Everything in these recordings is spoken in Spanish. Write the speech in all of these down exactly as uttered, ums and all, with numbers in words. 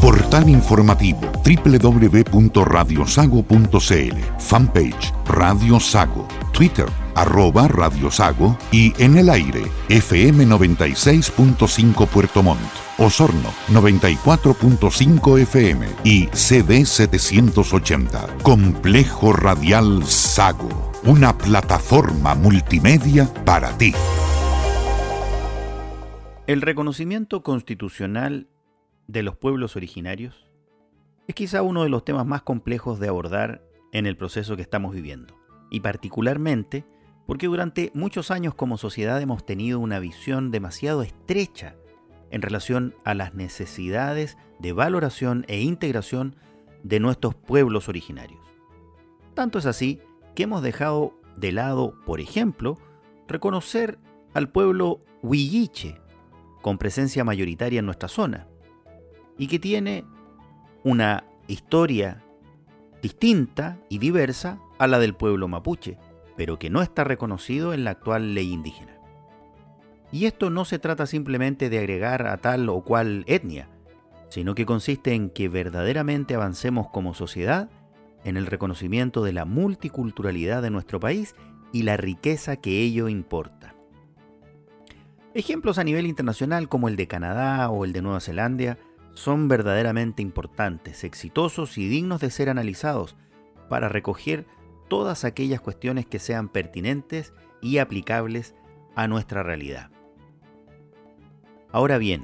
Portal informativo doble u doble u doble u punto radio sago punto c l, fanpage Radio Sago, Twitter arroba Radio Sago y en el aire F M noventa y seis punto cinco Puerto Montt, Osorno noventa y cuatro punto cinco F M y C D setecientos ochenta. Complejo Radial Sago, una plataforma multimedia para ti. El reconocimiento constitucional de los pueblos originarios es quizá uno de los temas más complejos de abordar en el proceso que estamos viviendo, y particularmente porque durante muchos años como sociedad hemos tenido una visión demasiado estrecha en relación a las necesidades de valoración e integración de nuestros pueblos originarios. Tanto es así que hemos dejado de lado, por ejemplo, reconocer al pueblo huilliche, con presencia mayoritaria en nuestra zona, y que tiene una historia distinta y diversa a la del pueblo mapuche, pero que no está reconocido en la actual ley indígena. Y esto no se trata simplemente de agregar a tal o cual etnia, sino que consiste en que verdaderamente avancemos como sociedad en el reconocimiento de la multiculturalidad de nuestro país y la riqueza que ello importa. Ejemplos a nivel internacional como el de Canadá o el de Nueva Zelanda son verdaderamente importantes, exitosos y dignos de ser analizados para recoger todas aquellas cuestiones que sean pertinentes y aplicables a nuestra realidad. Ahora bien,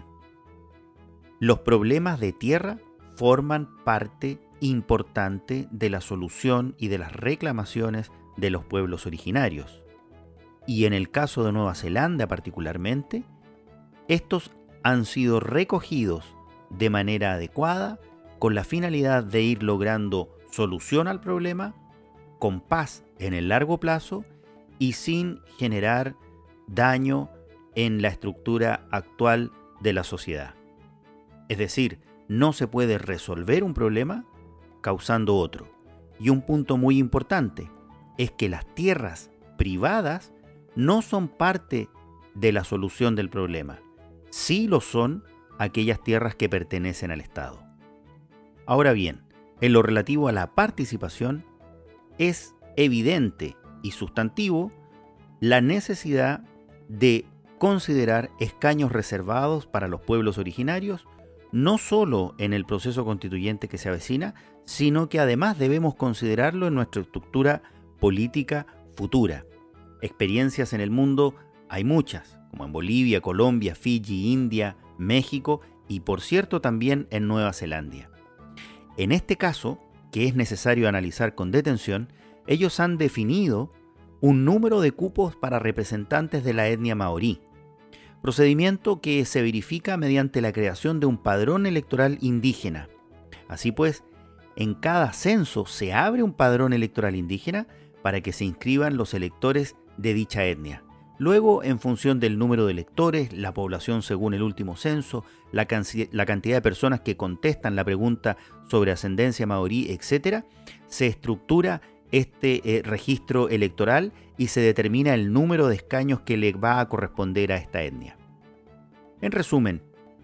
los problemas de tierra forman parte importante de la solución y de las reclamaciones de los pueblos originarios. Y en el caso de Nueva Zelanda particularmente, estos han sido recogidos de manera adecuada con la finalidad de ir logrando solución al problema con paz en el largo plazo y sin generar daño en la estructura actual de la sociedad. Es decir, no se puede resolver un problema causando otro. Y un punto muy importante es que las tierras privadas no son parte de la solución del problema. Sí lo son aquellas tierras que pertenecen al Estado. Ahora bien, en lo relativo a la participación, es evidente y sustantivo la necesidad de considerar escaños reservados para los pueblos originarios, no solo en el proceso constituyente que se avecina, sino que además debemos considerarlo en nuestra estructura política futura. Experiencias en el mundo hay muchas, como en Bolivia, Colombia, Fiji, India, México y por cierto también en Nueva Zelanda. En este caso, que es necesario analizar con detención, ellos han definido un número de cupos para representantes de la etnia maorí, procedimiento que se verifica mediante la creación de un padrón electoral indígena. Así pues, en cada censo se abre un padrón electoral indígena para que se inscriban los electores de dicha etnia. Luego, en función del número de electores, la población según el último censo, la, can- la cantidad de personas que contestan la pregunta sobre ascendencia maorí, etcétera, se estructura este eh, registro electoral y se determina el número de escaños que le va a corresponder a esta etnia. En resumen,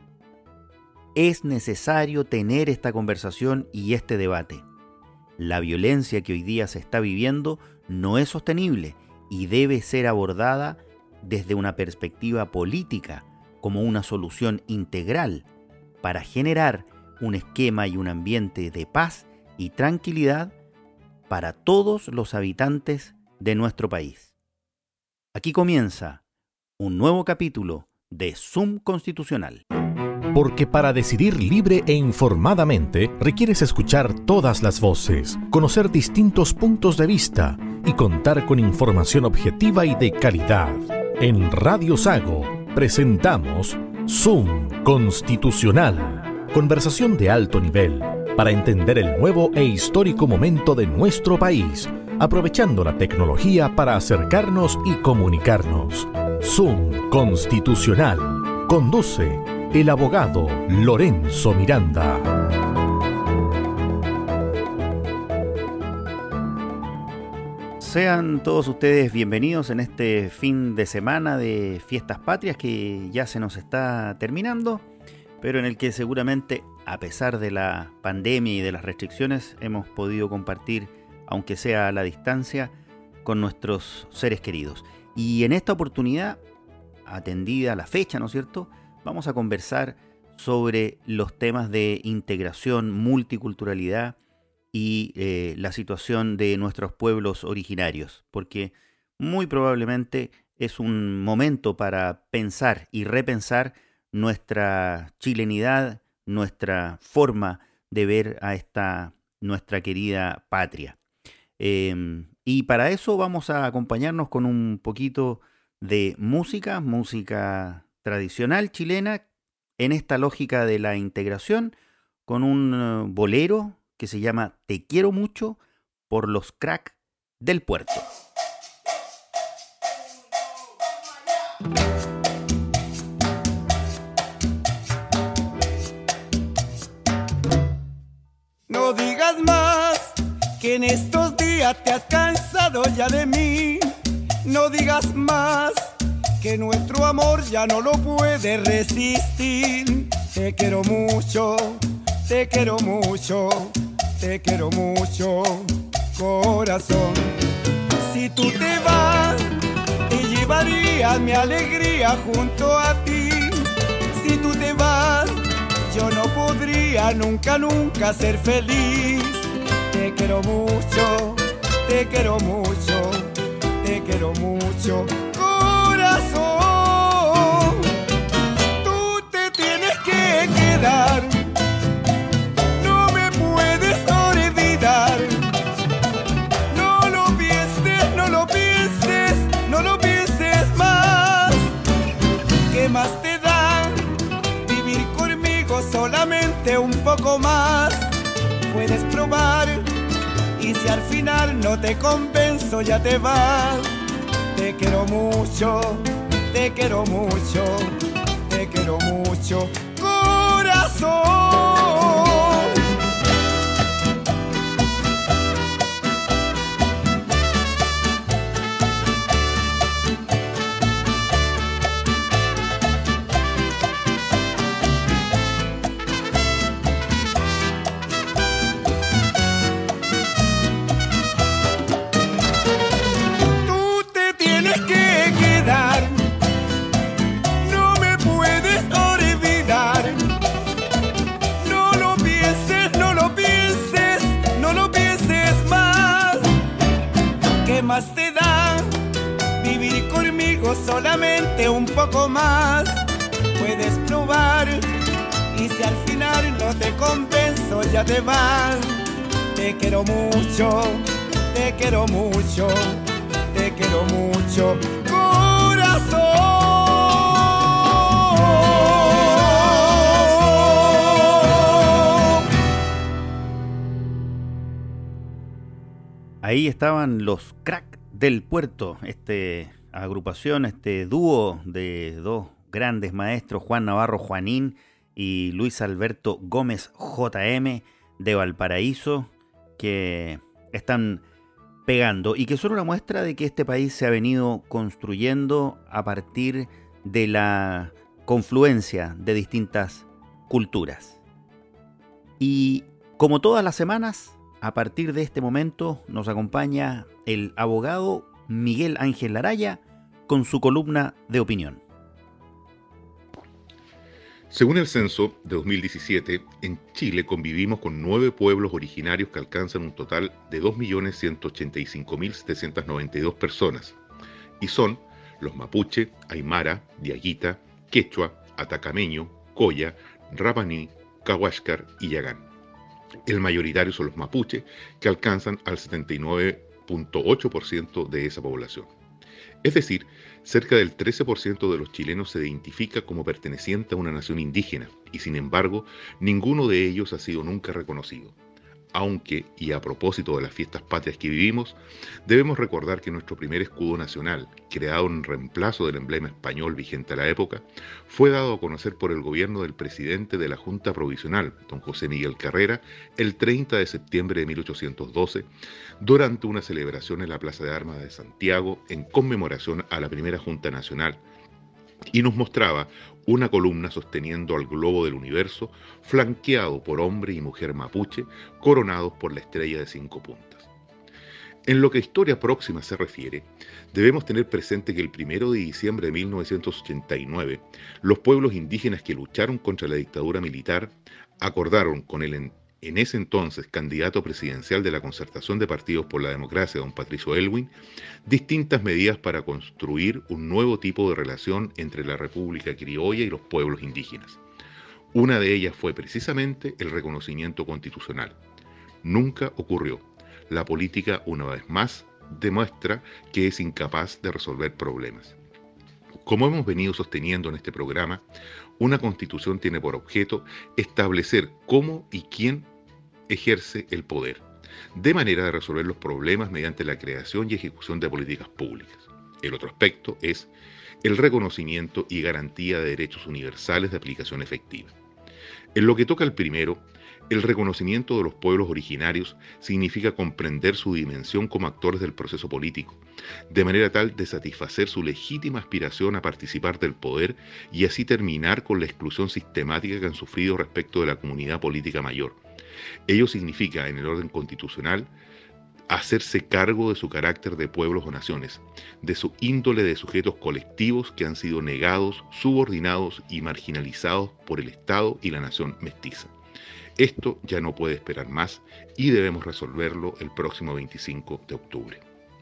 es necesario tener esta conversación y este debate. La violencia que hoy día se está viviendo no es sostenible y debe ser abordada desde una perspectiva política como una solución integral para generar un esquema y un ambiente de paz y tranquilidad para todos los habitantes de nuestro país. Aquí comienza un nuevo capítulo de Zoom Constitucional. Porque para decidir libre e informadamente requieres escuchar todas las voces, conocer distintos puntos de vista y contar con información objetiva y de calidad. En Radio Sago presentamos Zoom Constitucional, conversación de alto nivel para entender el nuevo e histórico momento de nuestro país, aprovechando la tecnología para acercarnos y comunicarnos. Zoom Constitucional. Conduce el abogado Lorenzo Miranda. Sean todos ustedes bienvenidos en este fin de semana de Fiestas Patrias que ya se nos está terminando, pero en el que seguramente, a pesar de la pandemia y de las restricciones, hemos podido compartir, aunque sea a la distancia, con nuestros seres queridos. Y en esta oportunidad, atendida la fecha, ¿no es cierto?, vamos a conversar sobre los temas de integración, multiculturalidad y eh, la situación de nuestros pueblos originarios, porque muy probablemente es un momento para pensar y repensar nuestra chilenidad, nuestra forma de ver a esta nuestra querida patria. Eh, y para eso vamos a acompañarnos con un poquito de música, música tradicional chilena, en esta lógica de la integración, con un uh, bolero que se llama Te quiero mucho por los Crack del Puerto. No digas más que en estos días te has cansado ya de mí. No digas más que nuestro amor ya no lo puede resistir. Te quiero mucho, te quiero mucho, te quiero mucho, corazón. Si tú te vas, te llevaría mi alegría junto a ti. Si tú te vas, yo no podría nunca, nunca ser feliz. Te quiero mucho, te quiero mucho, te quiero mucho, corazón. Tú te tienes que quedar, no me puedes olvidar. No lo pienses, no lo pienses, no lo pienses más. ¿Qué más te da vivir conmigo solamente un poco más? Puedes probar, y si al final no te convenzo ya te vas. Te quiero mucho, te quiero mucho, te quiero mucho, corazón. Más te da vivir conmigo solamente un poco más. Puedes probar, y si al final no te convenzo ya te vas. Te quiero mucho, te quiero mucho, te quiero mucho, corazón. Ahí estaban los Crack del Puerto, esta agrupación, este dúo de dos grandes maestros, Juan Navarro Juanín y Luis Alberto Gómez J M de Valparaíso, que están pegando y que son una muestra de que este país se ha venido construyendo a partir de la confluencia de distintas culturas. Y como todas las semanas, a partir de este momento nos acompaña el abogado Miguel Ángel Araya con su columna de opinión. Según el censo de dos mil diecisiete, en Chile convivimos con nueve pueblos originarios que alcanzan un total de dos millones ciento ochenta y cinco mil setecientas noventa y dos personas, y son los mapuche, aymara, diaguita, quechua, atacameño, coya, rapaní, cahuáscar y yagán. El mayoritario son los mapuche, que alcanzan al setenta y nueve punto ocho por ciento de esa población. Es decir, cerca del trece por ciento de los chilenos se identifica como perteneciente a una nación indígena, y sin embargo, ninguno de ellos ha sido nunca reconocido. Aunque, y a propósito de las fiestas patrias que vivimos, debemos recordar que nuestro primer escudo nacional, creado en reemplazo del emblema español vigente a la época, fue dado a conocer por el gobierno del presidente de la Junta Provisional, don José Miguel Carrera, el treinta de septiembre de mil ochocientos doce, durante una celebración en la Plaza de Armas de Santiago en conmemoración a la primera Junta Nacional, y nos mostraba una columna sosteniendo al globo del universo, flanqueado por hombre y mujer mapuche, coronados por la estrella de cinco puntas. En lo que a historia próxima se refiere, debemos tener presente que el primero de diciembre de mil novecientos ochenta y nueve, los pueblos indígenas que lucharon contra la dictadura militar acordaron con el en, en ese entonces candidato presidencial de la Concertación de Partidos por la Democracia, don Patricio Aylwin, distintas medidas para construir un nuevo tipo de relación entre la República Criolla y los pueblos indígenas. Una de ellas fue precisamente el reconocimiento constitucional. Nunca ocurrió. La política, una vez más, demuestra que es incapaz de resolver problemas. Como hemos venido sosteniendo en este programa, una constitución tiene por objeto establecer cómo y quién ejerce el poder, de manera de resolver los problemas mediante la creación y ejecución de políticas públicas. El otro aspecto es el reconocimiento y garantía de derechos universales de aplicación efectiva. En lo que toca al primero, el reconocimiento de los pueblos originarios significa comprender su dimensión como actores del proceso político, de manera tal de satisfacer su legítima aspiración a participar del poder y así terminar con la exclusión sistemática que han sufrido respecto de la comunidad política mayor. Ello significa, en el orden constitucional, hacerse cargo de su carácter de pueblos o naciones, de su índole de sujetos colectivos que han sido negados, subordinados y marginalizados por el Estado y la nación mestiza. Esto ya no puede esperar más y debemos resolverlo el próximo veinticinco de octubre.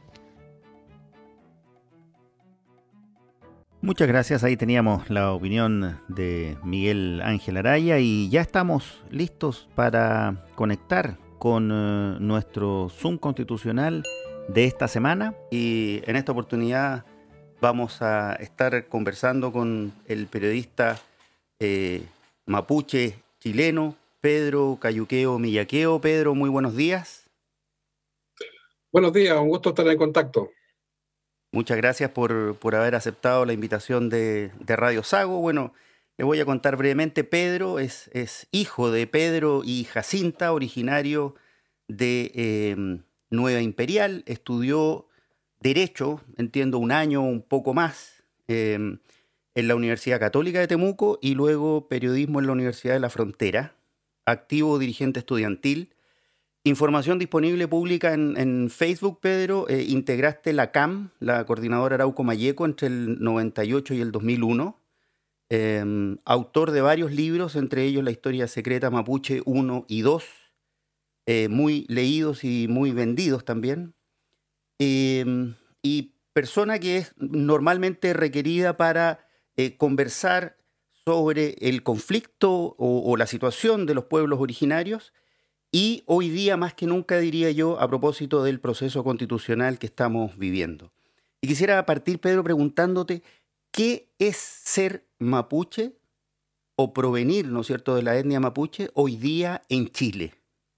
Muchas gracias, ahí teníamos la opinión de Miguel Ángel Araya y ya estamos listos para conectar con uh, nuestro Zoom constitucional de esta semana y en esta oportunidad vamos a estar conversando con el periodista eh, mapuche chileno Pedro Cayuqueo Millaqueo. Pedro, muy buenos días. Buenos días, un gusto estar en contacto. Muchas gracias por, por haber aceptado la invitación de, de Radio Sago. Bueno, le voy a contar brevemente. Pedro es, es hijo de Pedro y Jacinta, originario de eh, Nueva Imperial. Estudió Derecho, entiendo, un año, un poco más, eh, en la Universidad Católica de Temuco y luego Periodismo en la Universidad de la Frontera. Activo dirigente estudiantil. Información disponible pública en, en Facebook, Pedro. Eh, integraste la C A M, la Coordinadora Arauco Mayeco, entre el noventa y ocho y el dos mil uno. Eh, autor de varios libros, entre ellos La Historia Secreta Mapuche uno y dos. Eh, muy leídos y muy vendidos también. Eh, y persona que es normalmente requerida para eh, conversar sobre el conflicto o, o la situación de los pueblos originarios y hoy día más que nunca, diría yo, a propósito del proceso constitucional que estamos viviendo. Y quisiera partir, Pedro, preguntándote ¿qué es ser mapuche o provenir, ¿no es cierto?, de la etnia mapuche hoy día en Chile?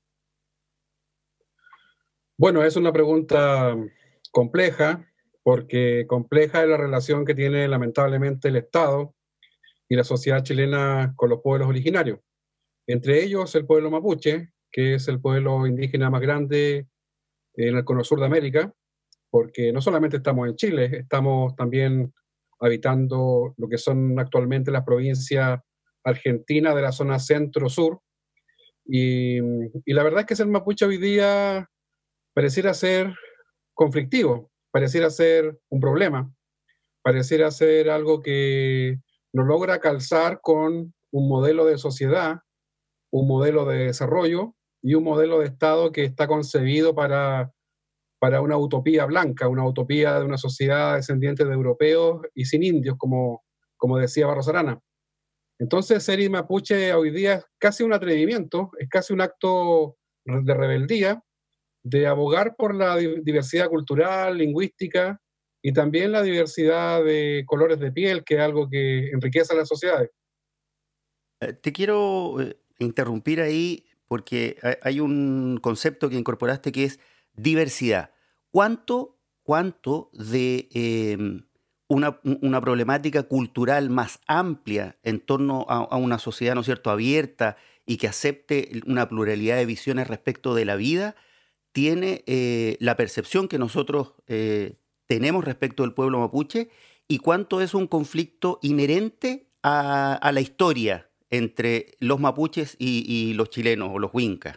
Bueno, es una pregunta compleja, porque compleja es la relación que tiene lamentablemente el Estado y la sociedad chilena con los pueblos originarios. Entre ellos el pueblo mapuche, que es el pueblo indígena más grande en el cono sur de América, porque no solamente estamos en Chile, estamos también habitando lo que son actualmente las provincias argentinas de la zona centro-sur. Y, y la verdad es que ser mapuche hoy día pareciera ser conflictivo, pareciera ser un problema, pareciera ser algo que no logra calzar con un modelo de sociedad, un modelo de desarrollo y un modelo de Estado que está concebido para, para una utopía blanca, una utopía de una sociedad descendiente de europeos y sin indios, como, como decía Barros Arana. Entonces, ser mapuche hoy día es casi un atrevimiento, es casi un acto de rebeldía, de abogar por la diversidad cultural, lingüística, y también la diversidad de colores de piel, que es algo que enriquece a las sociedades. Eh, te quiero eh, interrumpir ahí porque hay un concepto que incorporaste que es diversidad. ¿Cuánto, cuánto de eh, una, una problemática cultural más amplia en torno a, a una sociedad, ¿no es cierto?, abierta y que acepte una pluralidad de visiones respecto de la vida, tiene eh, la percepción que nosotros eh, tenemos respecto del pueblo mapuche y cuánto es un conflicto inherente a, a la historia entre los mapuches y, y los chilenos o los huincas.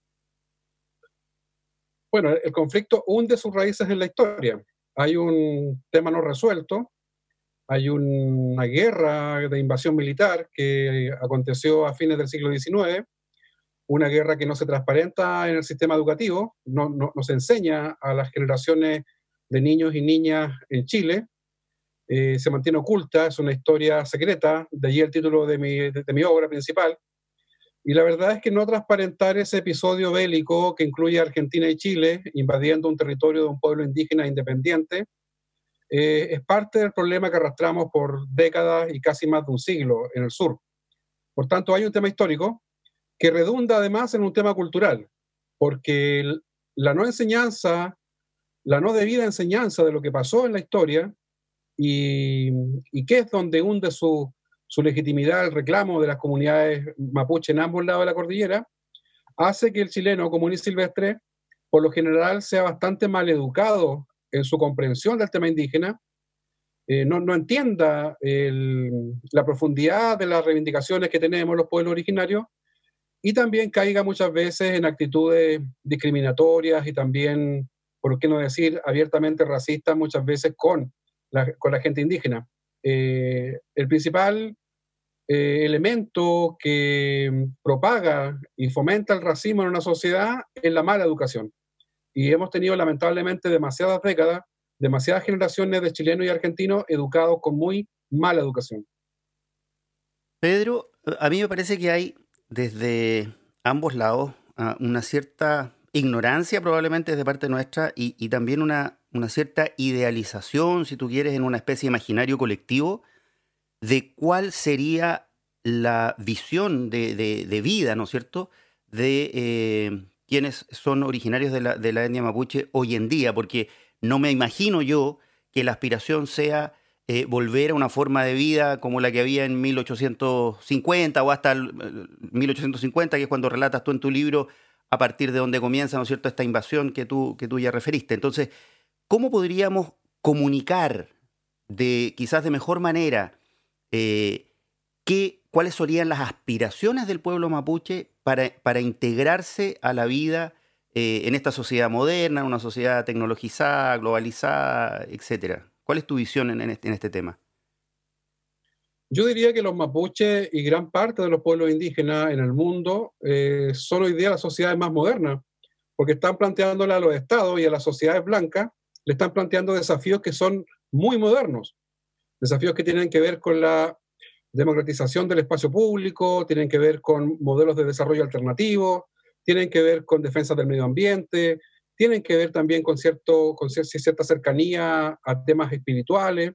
Bueno, el conflicto hunde sus raíces en la historia. Hay un tema no resuelto, hay una guerra de invasión militar que aconteció a fines del siglo diecinueve, una guerra que no se transparenta en el sistema educativo, no, no, no se enseña a las generaciones de niños y niñas en Chile, eh, se mantiene oculta, es una historia secreta, de allí el título de mi, de, de mi obra principal. Y la verdad es que no transparentar ese episodio bélico que incluye a Argentina y Chile invadiendo un territorio de un pueblo indígena independiente eh, es parte del problema que arrastramos por décadas y casi más de un siglo en el sur. Por tanto, hay un tema histórico que redunda además en un tema cultural, porque el, la no enseñanza, la no debida enseñanza de lo que pasó en la historia y, y que es donde hunde su su legitimidad, el reclamo de las comunidades mapuche en ambos lados de la cordillera, hace que el chileno común y silvestre, por lo general, sea bastante mal educado en su comprensión del tema indígena, eh, no, no entienda el, la profundidad de las reivindicaciones que tenemos los pueblos originarios y también caiga muchas veces en actitudes discriminatorias y también, por qué no decir, abiertamente racistas muchas veces con la, con la gente indígena. Eh, el principal eh, elemento que propaga y fomenta el racismo en una sociedad es la mala educación. Y hemos tenido lamentablemente demasiadas décadas, demasiadas generaciones de chilenos y argentinos educados con muy mala educación. Pedro, a mí me parece que hay desde ambos lados uh, una cierta ignorancia probablemente de parte nuestra y, y también una, una cierta idealización, si tú quieres, en una especie de imaginario colectivo de cuál sería la visión de, de, de vida, ¿no es cierto?, de eh, quienes son originarios de la, de la etnia mapuche hoy en día, porque no me imagino yo que la aspiración sea eh, volver a una forma de vida como la que había en mil ochocientos cincuenta o hasta el, el mil ochocientos cincuenta, que es cuando relatas tú en tu libro a partir de donde comienza, ¿no es cierto?, esta invasión que tú, que tú ya referiste. Entonces, ¿cómo podríamos comunicar de quizás de mejor manera eh, qué, cuáles serían las aspiraciones del pueblo mapuche para, para integrarse a la vida eh, en esta sociedad moderna, en una sociedad tecnologizada, globalizada, etcétera? ¿Cuál es tu visión en, en, este, en este tema? Yo diría que los mapuches y gran parte de los pueblos indígenas en el mundo eh, son hoy día las sociedades más modernas, porque están planteándole a los estados y a las sociedades blancas, le están planteando desafíos que son muy modernos, desafíos que tienen que ver con la democratización del espacio público, tienen que ver con modelos de desarrollo alternativos, tienen que ver con defensa del medio ambiente, tienen que ver también con, cierto, con cierta cercanía a temas espirituales,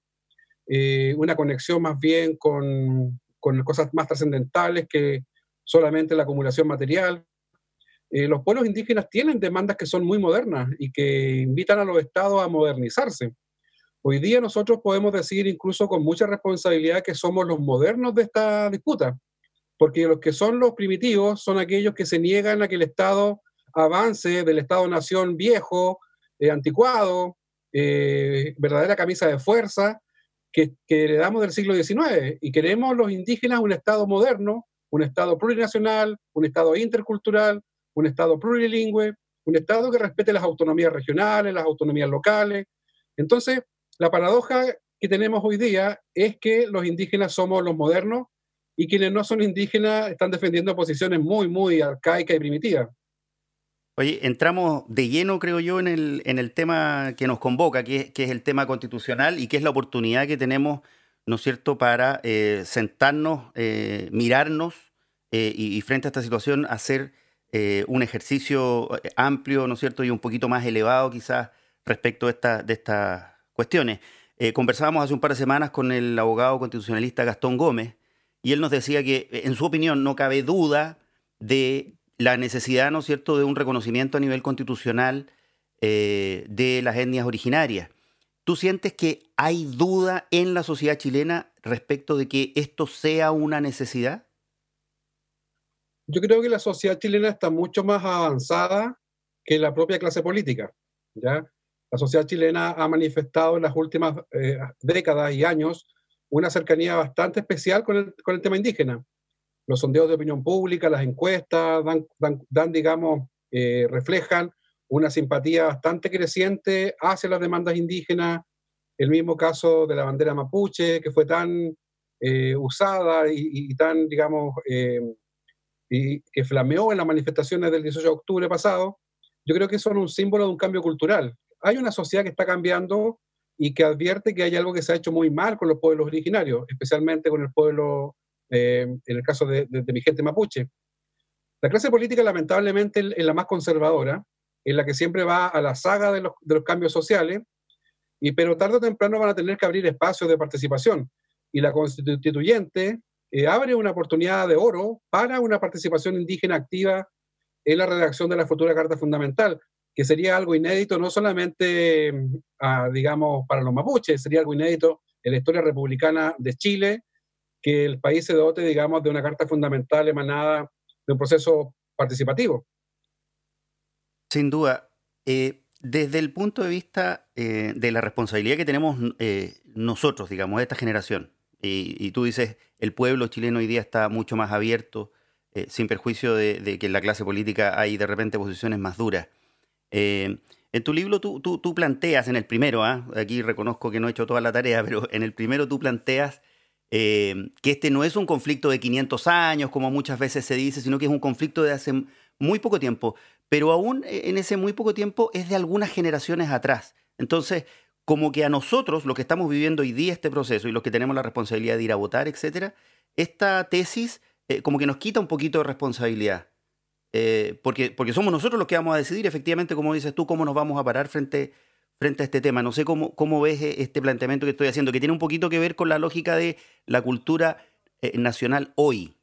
eh, una conexión más bien con, con cosas más trascendentales que solamente la acumulación material. Eh, los pueblos indígenas tienen demandas que son muy modernas y que invitan a los estados a modernizarse. Hoy día nosotros podemos decir incluso con mucha responsabilidad que somos los modernos de esta disputa, porque los que son los primitivos son aquellos que se niegan a que el Estado avance del Estado-nación viejo, eh, anticuado, eh, verdadera camisa de fuerza, que, que heredamos del siglo diecinueve, y queremos los indígenas un Estado moderno, un Estado plurinacional, un Estado intercultural, un Estado plurilingüe, un Estado que respete las autonomías regionales, las autonomías locales. Entonces, la paradoja que tenemos hoy día es que los indígenas somos los modernos y quienes no son indígenas están defendiendo posiciones muy, muy arcaicas y primitivas. Oye, entramos de lleno, creo yo, en el, en el tema que nos convoca, que es, que es el tema constitucional y que es la oportunidad que tenemos, ¿no es cierto?, para eh, sentarnos, eh, mirarnos eh, y, y frente a esta situación hacer eh, un ejercicio amplio, ¿no es cierto?, y un poquito más elevado quizás respecto de, esta, de estas cuestiones. Eh, conversábamos hace un par de semanas con el abogado constitucionalista Gastón Gómez y él nos decía que, en su opinión, no cabe duda de la necesidad, ¿no es cierto?, de un reconocimiento a nivel constitucional eh, de las etnias originarias. ¿Tú sientes que hay duda en la sociedad chilena respecto de que esto sea una necesidad? Yo creo que la sociedad chilena está mucho más avanzada que la propia clase política, ¿ya? La sociedad chilena ha manifestado en las últimas eh, décadas y años una cercanía bastante especial con el, con el tema indígena. Los sondeos de opinión pública, las encuestas, dan, dan, dan digamos, eh, reflejan una simpatía bastante creciente hacia las demandas indígenas. El mismo caso de la bandera mapuche, que fue tan eh, usada y, y tan, digamos, eh, y que flameó en las manifestaciones del dieciocho de octubre pasado. Yo creo que son un símbolo de un cambio cultural. Hay una sociedad que está cambiando y que advierte que hay algo que se ha hecho muy mal con los pueblos originarios, especialmente con el pueblo, eh, en el caso de, de, de mi gente mapuche. La clase política, lamentablemente, es la más conservadora, es la que siempre va a la saga de los, de los cambios sociales, y, pero tarde o temprano van a tener que abrir espacios de participación. Y la constituyente eh, abre una oportunidad de oro para una participación indígena activa en la redacción de la futura Carta Fundamental, que sería algo inédito no solamente, ah, digamos, para los mapuches, sería algo inédito en la historia republicana de Chile, que el país se dote, digamos, de una Carta Fundamental emanada de un proceso participativo. Sin duda. Eh, desde el punto de vista eh, de la responsabilidad que tenemos eh, nosotros, digamos, de esta generación, y, y tú dices, el pueblo chileno hoy día está mucho más abierto, eh, sin perjuicio de, de que en la clase política hay de repente posiciones más duras. Eh, en tu libro tú, tú, tú planteas, en el primero, ¿eh? Aquí reconozco que no he hecho toda la tarea, pero en el primero tú planteas eh, que este no es un conflicto de quinientos años, como muchas veces se dice, sino que es un conflicto de hace muy poco tiempo, pero aún en ese muy poco tiempo es de algunas generaciones atrás. Entonces, como que a nosotros, los que estamos viviendo hoy día este proceso y los que tenemos la responsabilidad de ir a votar, etcétera, esta tesis eh, como que nos quita un poquito de responsabilidad. Eh, porque, porque somos nosotros los que vamos a decidir, efectivamente, como dices tú, cómo nos vamos a parar frente, frente a este tema. No sé cómo, cómo ves este planteamiento que estoy haciendo, que tiene un poquito que ver con la lógica de la cultura eh, nacional hoy.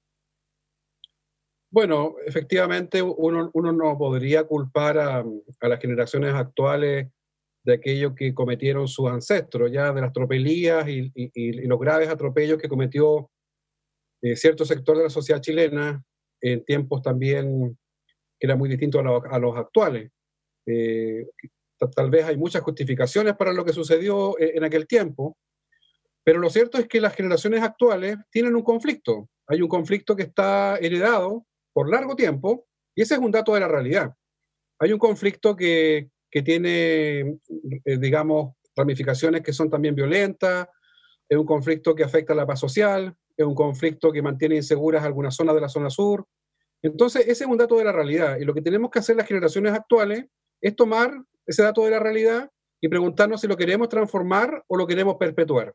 Bueno, efectivamente, uno, uno no podría culpar a, a las generaciones actuales de aquello que cometieron sus ancestros, ya de las tropelías y, y, y los graves atropellos que cometió eh, cierto sector de la sociedad chilena en tiempos también que eran muy distintos a, lo, a los actuales. Eh, tal vez hay muchas justificaciones para lo que sucedió en, en aquel tiempo, pero lo cierto es que las generaciones actuales tienen un conflicto. Hay un conflicto que está heredado por largo tiempo, y ese es un dato de la realidad. Hay un conflicto que, que tiene, eh, digamos, ramificaciones que son también violentas, es un conflicto que afecta a la paz social, es un conflicto que mantiene inseguras algunas zonas de la zona sur. Entonces, ese es un dato de la realidad, y lo que tenemos que hacer las generaciones actuales es tomar ese dato de la realidad y preguntarnos si lo queremos transformar o lo queremos perpetuar.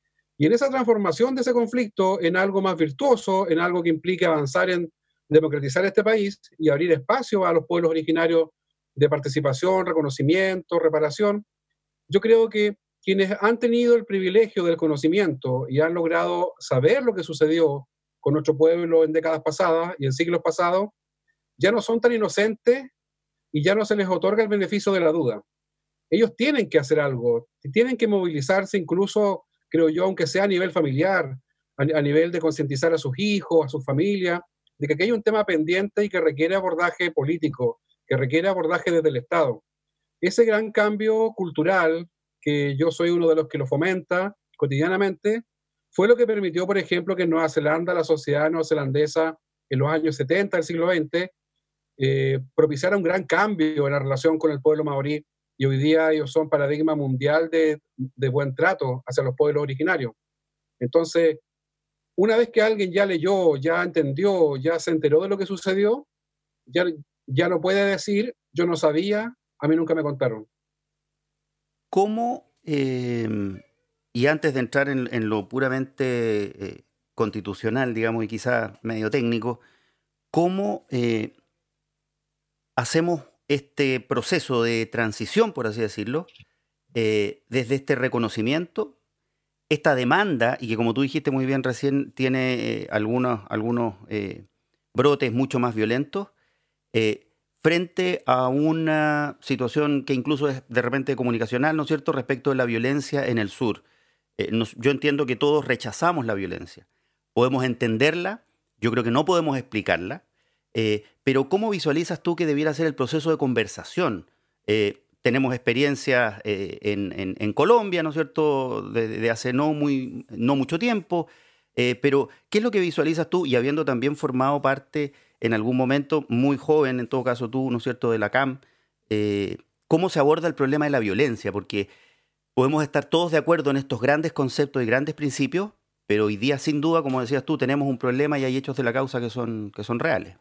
Y en esa transformación de ese conflicto en algo más virtuoso, en algo que implique avanzar en democratizar este país y abrir espacio a los pueblos originarios de participación, reconocimiento, reparación, yo creo que quienes han tenido el privilegio del conocimiento y han logrado saber lo que sucedió con nuestro pueblo en décadas pasadas y en siglos pasados, ya no son tan inocentes y ya no se les otorga el beneficio de la duda. Ellos tienen que hacer algo, tienen que movilizarse incluso, creo yo, aunque sea a nivel familiar, a, a nivel de concientizar a sus hijos, a sus familias, de que aquí hay un tema pendiente y que requiere abordaje político, que requiere abordaje desde el Estado. Ese gran cambio cultural, que yo soy uno de los que lo fomenta cotidianamente, fue lo que permitió, por ejemplo, que en Nueva Zelanda, la sociedad neozelandesa, en los años setenta del siglo veinte, eh, propiciara un gran cambio en la relación con el pueblo maorí, y hoy día ellos son paradigma mundial de, de buen trato hacia los pueblos originarios. Entonces, una vez que alguien ya leyó, ya entendió, ya se enteró de lo que sucedió, ya, ya no puede decir, yo no sabía, a mí nunca me contaron. ¿Cómo, eh, y antes de entrar en, en lo puramente eh, constitucional, digamos, y quizás medio técnico, cómo eh, hacemos este proceso de transición, por así decirlo, eh, desde este reconocimiento, esta demanda, y que como tú dijiste muy bien recién, tiene eh, algunos, algunos eh, brotes mucho más violentos, eh, frente a una situación que incluso es de repente comunicacional, ¿no es cierto?, respecto de la violencia en el sur. Eh, nos, yo entiendo que todos rechazamos la violencia. Podemos entenderla, yo creo que no podemos explicarla, eh, pero ¿cómo visualizas tú que debiera ser el proceso de conversación? Eh, tenemos experiencias eh, en, en, en Colombia, ¿no es cierto?, de, de hace no, muy, no mucho tiempo. Eh, pero, ¿qué es lo que visualizas tú? Y habiendo también formado parte en algún momento, muy joven, en todo caso tú, ¿no es cierto?, de la C A M, eh, ¿cómo se aborda el problema de la violencia? Porque podemos estar todos de acuerdo en estos grandes conceptos y grandes principios, pero hoy día, sin duda, como decías tú, tenemos un problema y hay hechos de la causa que son, que son reales.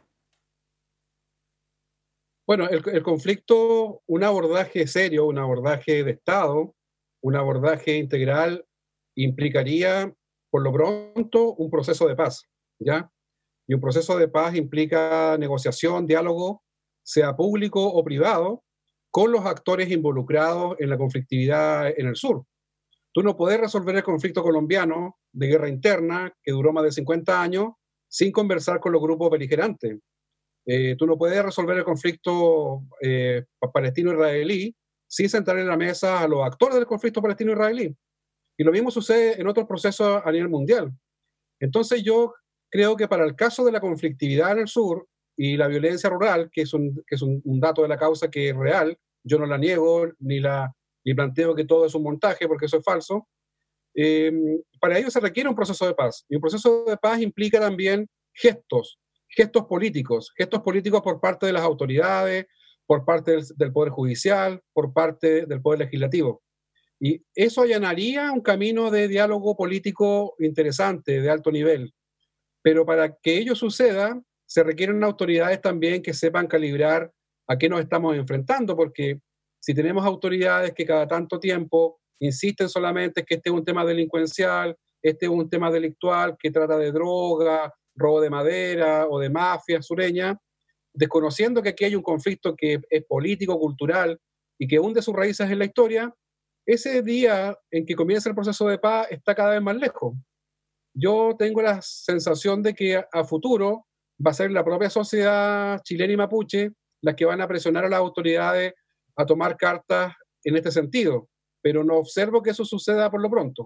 Bueno, el, el conflicto, un abordaje serio, un abordaje de Estado, un abordaje integral, implicaría, por lo pronto, un proceso de paz, ¿ya? Y un proceso de paz implica negociación, diálogo, sea público o privado, con los actores involucrados en la conflictividad en el sur. Tú no puedes resolver el conflicto colombiano de guerra interna, que duró más de cincuenta años, sin conversar con los grupos beligerantes. Eh, tú no puedes resolver el conflicto eh, palestino-israelí sin sentar en la mesa a los actores del conflicto palestino-israelí. Y lo mismo sucede en otros procesos a nivel mundial. Entonces yo creo que para el caso de la conflictividad en el sur y la violencia rural, que es un, que es un, un dato de la causa que es real, yo no la niego ni, la, ni planteo que todo es un montaje porque eso es falso, eh, para ello se requiere un proceso de paz. Y un proceso de paz implica también gestos, gestos políticos, gestos políticos por parte de las autoridades, por parte del, del Poder Judicial, por parte del Poder Legislativo. Y eso allanaría un camino de diálogo político interesante, de alto nivel. Pero para que ello suceda, se requieren autoridades también que sepan calibrar a qué nos estamos enfrentando, porque si tenemos autoridades que cada tanto tiempo insisten solamente que este es un tema delincuencial, este es un tema delictual que trata de droga, robo de madera o de mafia sureña, desconociendo que aquí hay un conflicto que es político, cultural y que hunde sus raíces en la historia, ese día en que comienza el proceso de paz está cada vez más lejos. Yo tengo la sensación de que a, a futuro va a ser la propia sociedad chilena y mapuche las que van a presionar a las autoridades a tomar cartas en este sentido, pero no observo que eso suceda por lo pronto.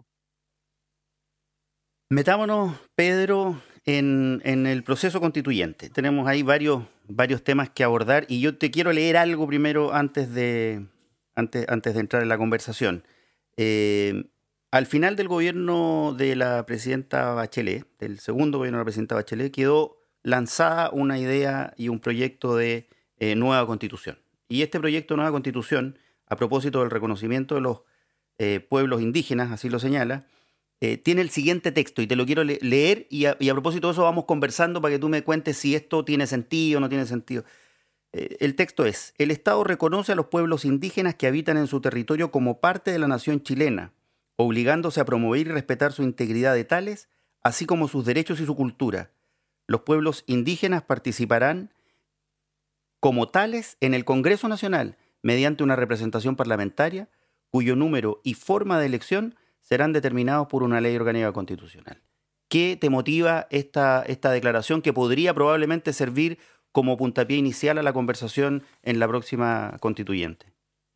Metámonos, Pedro, en, en el proceso constituyente. Tenemos ahí varios, varios temas que abordar y yo te quiero leer algo primero antes de, antes, antes de entrar en la conversación. Eh, al final del gobierno de la presidenta Bachelet, del segundo gobierno de la presidenta Bachelet, quedó lanzada una idea y un proyecto de eh, nueva constitución. Y este proyecto de nueva constitución, a propósito del reconocimiento de los eh, pueblos indígenas, así lo señala, Eh, tiene el siguiente texto y te lo quiero le- leer y a, y a propósito de eso vamos conversando para que tú me cuentes si esto tiene sentido o no tiene sentido. Eh, el texto es: el Estado reconoce a los pueblos indígenas que habitan en su territorio como parte de la nación chilena, obligándose a promover y respetar su integridad de tales, así como sus derechos y su cultura. Los pueblos indígenas participarán como tales en el Congreso Nacional mediante una representación parlamentaria cuyo número y forma de elección serán determinados por una ley orgánica constitucional. ¿Qué te motiva esta, esta declaración que podría probablemente servir como puntapié inicial a la conversación en la próxima constituyente?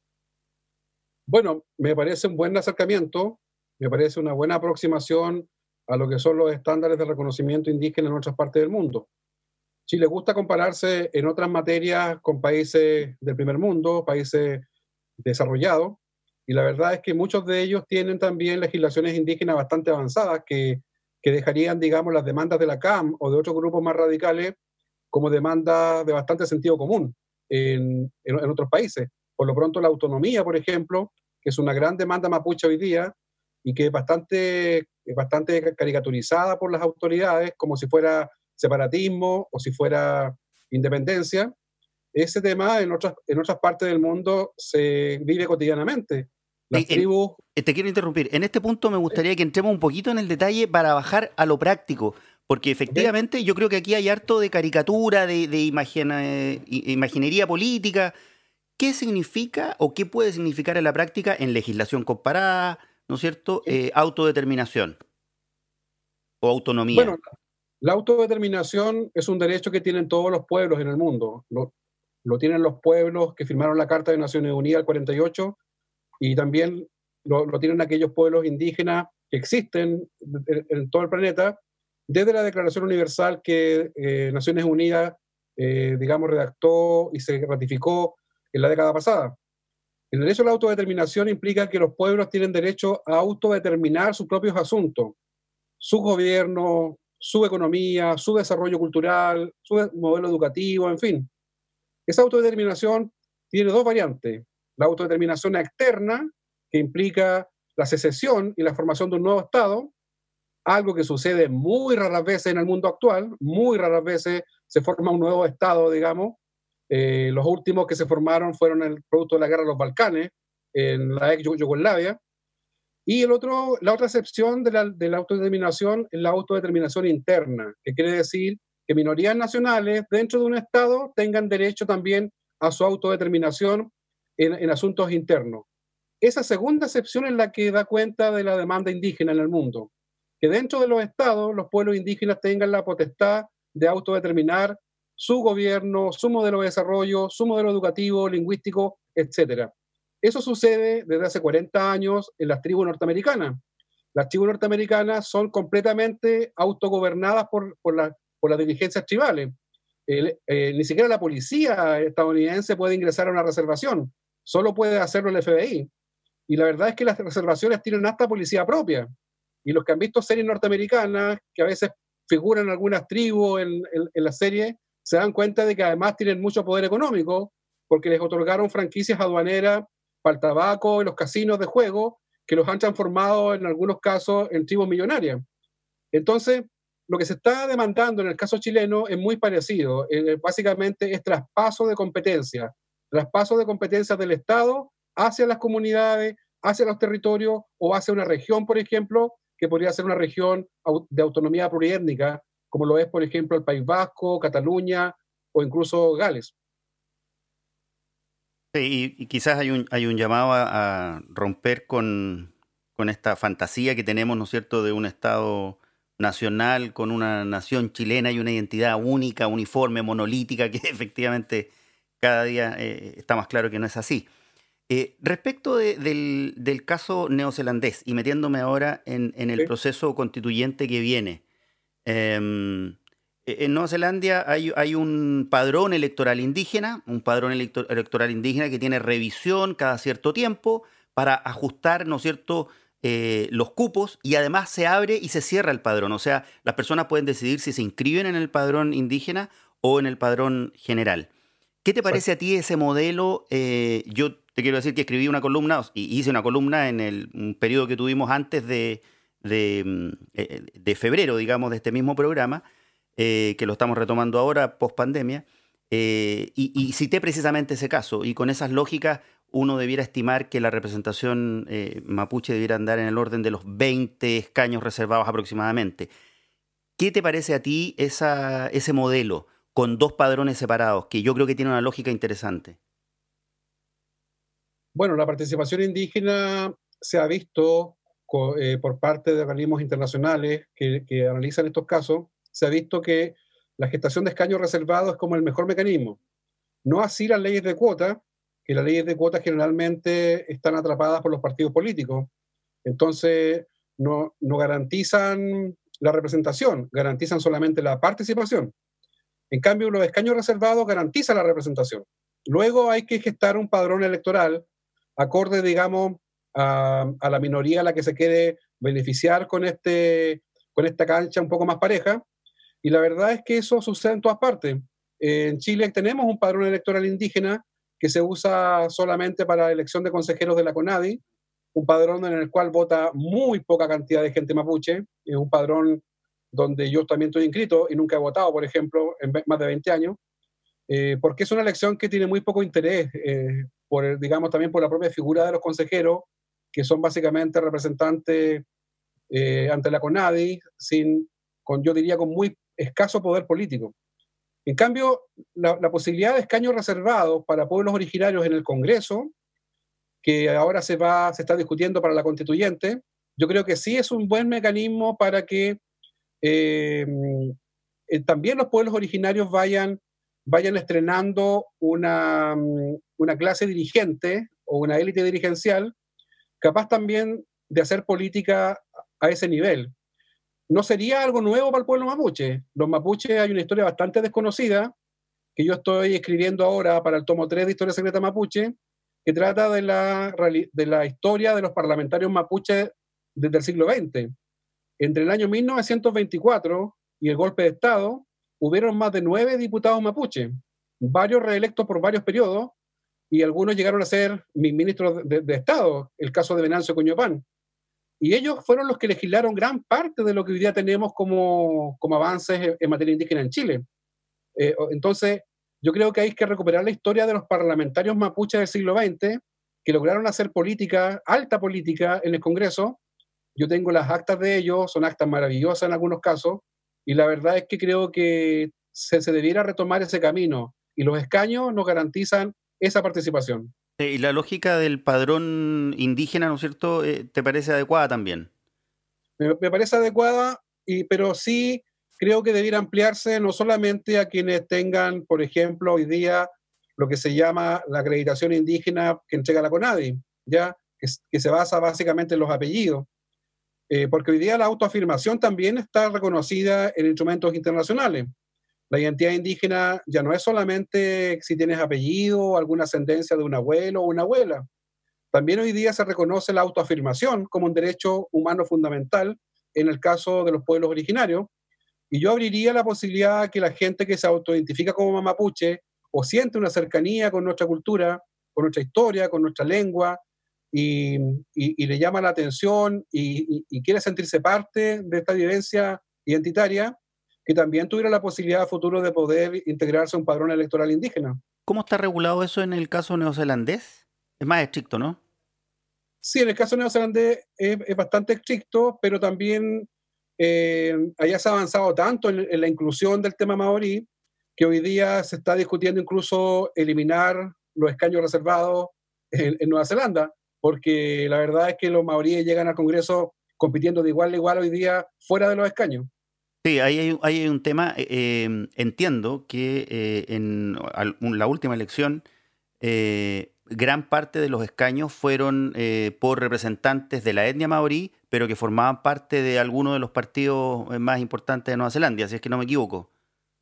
Bueno, me parece un buen acercamiento, me parece una buena aproximación a lo que son los estándares de reconocimiento indígena en otras partes del mundo. Si le gusta compararse en otras materias con países del primer mundo, países desarrollados, y la verdad es que muchos de ellos tienen también legislaciones indígenas bastante avanzadas que, que dejarían, digamos, las demandas de la C A M o de otros grupos más radicales como demandas de bastante sentido común en, en, en otros países. Por lo pronto, la autonomía, por ejemplo, que es una gran demanda mapuche hoy día y que es bastante, es bastante caricaturizada por las autoridades como si fuera separatismo o si fuera independencia, ese tema en otras, en otras partes del mundo se vive cotidianamente. Las Te, tribus... en, te quiero interrumpir. En este punto me gustaría que entremos un poquito en el detalle para bajar a lo práctico, porque efectivamente okay. Yo creo que aquí hay harto de caricatura, de, de imagina, imaginería política. ¿Qué significa o qué puede significar en la práctica en legislación comparada, ¿no es cierto? Sí. Eh, autodeterminación o autonomía. Bueno, la autodeterminación es un derecho que tienen todos los pueblos en el mundo. Lo, lo tienen los pueblos que firmaron la Carta de Naciones Unidas el cuarenta y ocho y también lo, lo tienen aquellos pueblos indígenas que existen en, en todo el planeta desde la Declaración Universal que eh, Naciones Unidas, eh, digamos, redactó y se ratificó en la década pasada. El derecho a la autodeterminación implica que los pueblos tienen derecho a autodeterminar sus propios asuntos, su gobierno, su economía, su desarrollo cultural, su modelo educativo, en fin. Esa autodeterminación tiene dos variantes. La autodeterminación externa, que implica la secesión y la formación de un nuevo Estado, algo que sucede muy raras veces en el mundo actual, muy raras veces se forma un nuevo Estado, digamos. Eh, los últimos que se formaron fueron el producto de la guerra de los Balcanes, en la ex Yugoslavia. Y el otro, la otra excepción de la, de la autodeterminación es la autodeterminación interna, que quiere decir que minorías nacionales dentro de un Estado tengan derecho también a su autodeterminación en, en asuntos internos. Esa segunda excepción es la que da cuenta de la demanda indígena en el mundo, que dentro de los estados los pueblos indígenas tengan la potestad de autodeterminar su gobierno, su modelo de desarrollo, su modelo educativo, lingüístico, etcétera. Eso sucede desde hace cuarenta años en las tribus norteamericanas. Las tribus norteamericanas son completamente autogobernadas por, por, la, por las dirigencias tribales. Eh, eh, ni siquiera la policía estadounidense puede ingresar a una reservación, solo puede hacerlo el F B I. Y la verdad es que las reservaciones tienen hasta policía propia. Y los que han visto series norteamericanas, que a veces figuran algunas tribus en, en, en la serie, se dan cuenta de que además tienen mucho poder económico, porque les otorgaron franquicias aduaneras para el tabaco y los casinos de juego, que los han transformado en algunos casos en tribus millonarias. Entonces, lo que se está demandando en el caso chileno es muy parecido. Eh, básicamente es traspaso de competencias, traspaso de competencias del Estado hacia las comunidades, hacia los territorios o hacia una región, por ejemplo, que podría ser una región de autonomía pluriétnica, como lo es, por ejemplo, el País Vasco, Cataluña o incluso Gales. Sí, y, y quizás hay un, hay un llamado a, a romper con, con esta fantasía que tenemos, ¿no es cierto?, de un Estado nacional con una nación chilena y una identidad única, uniforme, monolítica, que efectivamente cada día eh, está más claro que no es así. Eh, respecto de, del, del caso neozelandés, y metiéndome ahora en, en el Sí. proceso constituyente que viene, eh, en Nueva Zelanda hay, hay un padrón electoral indígena, un padrón electo- electoral indígena que tiene revisión cada cierto tiempo para ajustar, ¿no es cierto?, eh, los cupos, y además se abre y se cierra el padrón. O sea, las personas pueden decidir si se inscriben en el padrón indígena o en el padrón general. ¿Qué te parece a ti ese modelo? Eh, yo te quiero decir que escribí una columna, y hice una columna en el un periodo que tuvimos antes de, de, eh, de febrero, digamos, de este mismo programa, eh, que lo estamos retomando ahora, post pandemia, eh, y, y cité precisamente ese caso, y con esas lógicas uno debiera estimar que la representación eh, mapuche debiera andar en el orden de los veinte escaños reservados aproximadamente. ¿Qué te parece a ti esa, ese modelo con dos padrones separados, que yo creo que tiene una lógica interesante? Bueno, la participación indígena se ha visto co- eh, por parte de organismos internacionales que, que analizan estos casos, se ha visto que la gestación de escaños reservados es como el mejor mecanismo. No así las leyes de cuota, que las leyes de cuota generalmente están atrapadas por los partidos políticos. Entonces, no, no garantizan la representación, garantizan solamente la participación. En cambio, los escaños reservados garantizan la representación. Luego hay que gestar un padrón electoral acorde, digamos, a, a la minoría a la que se quiere beneficiar con, este, con esta cancha un poco más pareja. Y la verdad es que eso sucede en todas partes. Eh, en Chile tenemos un padrón electoral indígena que se usa solamente para la elección de consejeros de la CONADI, un padrón en el cual vota muy poca cantidad de gente mapuche, es un padrón donde yo también estoy inscrito y nunca he votado, por ejemplo, en más de veinte años, eh, porque es una elección que tiene muy poco interés, eh, por el, digamos, también por la propia figura de los consejeros, que son básicamente representantes eh, ante la CONADI, sin, con, yo diría con muy escaso poder político. En cambio, la, la posibilidad de escaños reservados para pueblos originarios en el Congreso, que ahora se, va, se está discutiendo para la constituyente, yo creo que sí es un buen mecanismo para que eh, eh, también los pueblos originarios vayan, vayan estrenando una, una clase dirigente o una élite dirigencial capaz también de hacer política a ese nivel. No sería algo nuevo para el pueblo mapuche. Los mapuches hay una historia bastante desconocida que yo estoy escribiendo ahora para el tomo tres de Historia Secreta Mapuche, que trata de la, de la historia de los parlamentarios mapuches desde el siglo veinte. Entre el año mil novecientos veinticuatro y el golpe de Estado, hubieron más de nueve diputados mapuches, varios reelectos por varios periodos, y algunos llegaron a ser ministros de, de Estado, el caso de Venancio Coñopán. Y ellos fueron los que legislaron gran parte de lo que hoy día tenemos como, como avances en materia indígena en Chile. Eh, entonces, yo creo que hay que recuperar la historia de los parlamentarios mapuches del siglo veinte, que lograron hacer política, alta política en el Congreso. Yo tengo las actas de ellos, son actas maravillosas en algunos casos, y la verdad es que creo que se, se debiera retomar ese camino, y los escaños nos garantizan esa participación. Y la lógica del padrón indígena, ¿no es cierto?, eh, ¿te parece adecuada también? Me, me parece adecuada, y, pero sí creo que debiera ampliarse no solamente a quienes tengan, por ejemplo, hoy día lo que se llama la acreditación indígena que entrega la CONADI, ¿ya? Que, que se basa básicamente en los apellidos, eh, porque hoy día la autoafirmación también está reconocida en instrumentos internacionales. La identidad indígena ya no es solamente si tienes apellido o alguna ascendencia de un abuelo o una abuela. También hoy día se reconoce la autoafirmación como un derecho humano fundamental en el caso de los pueblos originarios. Y yo abriría la posibilidad de que la gente que se autoidentifica como mapuche o siente una cercanía con nuestra cultura, con nuestra historia, con nuestra lengua, y, y, y le llama la atención y, y, y quiere sentirse parte de esta vivencia identitaria, que también tuviera la posibilidad a futuro de poder integrarse a un padrón electoral indígena. ¿Cómo está regulado eso en el caso neozelandés? Es más estricto, ¿no? Sí, en el caso neozelandés es, es bastante estricto, pero también eh, allá se ha avanzado tanto en, en la inclusión del tema maorí, que hoy día se está discutiendo incluso eliminar los escaños reservados en, en Nueva Zelanda, porque la verdad es que los maoríes llegan al Congreso compitiendo de igual a igual hoy día fuera de los escaños. Sí, ahí hay, ahí hay un tema. Eh, entiendo que eh, en la última elección eh, gran parte de los escaños fueron eh, por representantes de la etnia maorí, pero que formaban parte de alguno de los partidos más importantes de Nueva Zelanda, si es que no me equivoco.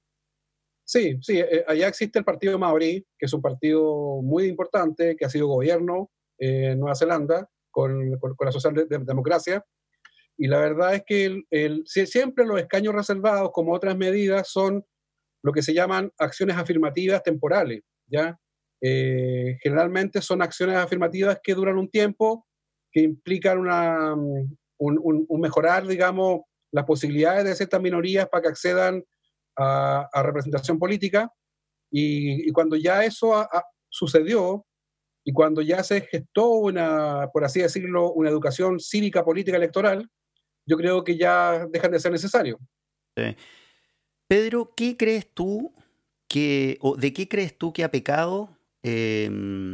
Sí, sí, eh, allá existe el partido maorí, que es un partido muy importante, que ha sido gobierno eh, en Nueva Zelanda con, con, con la socialdemocracia. Y la verdad es que el, el, siempre los escaños reservados, como otras medidas, son lo que se llaman acciones afirmativas temporales, ¿ya? Eh, generalmente son acciones afirmativas que duran un tiempo, que implican una, un, un, un mejorar, digamos, las posibilidades de ciertas minorías para que accedan a, a representación política, y, y cuando ya eso a, a, sucedió, y cuando ya se gestó una, por así decirlo, una educación cívica, política, electoral, yo creo que ya dejan de ser necesarios. Sí. Pedro, ¿qué crees tú que, o de qué crees tú que ha pecado eh,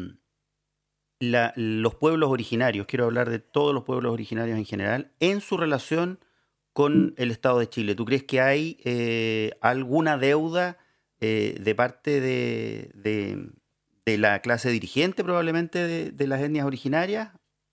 la, los pueblos originarios, quiero hablar de todos los pueblos originarios en general, en su relación con el Estado de Chile? ¿Tú crees que hay eh, alguna deuda eh, de parte de, de, de la clase dirigente probablemente de, de las etnias originarias?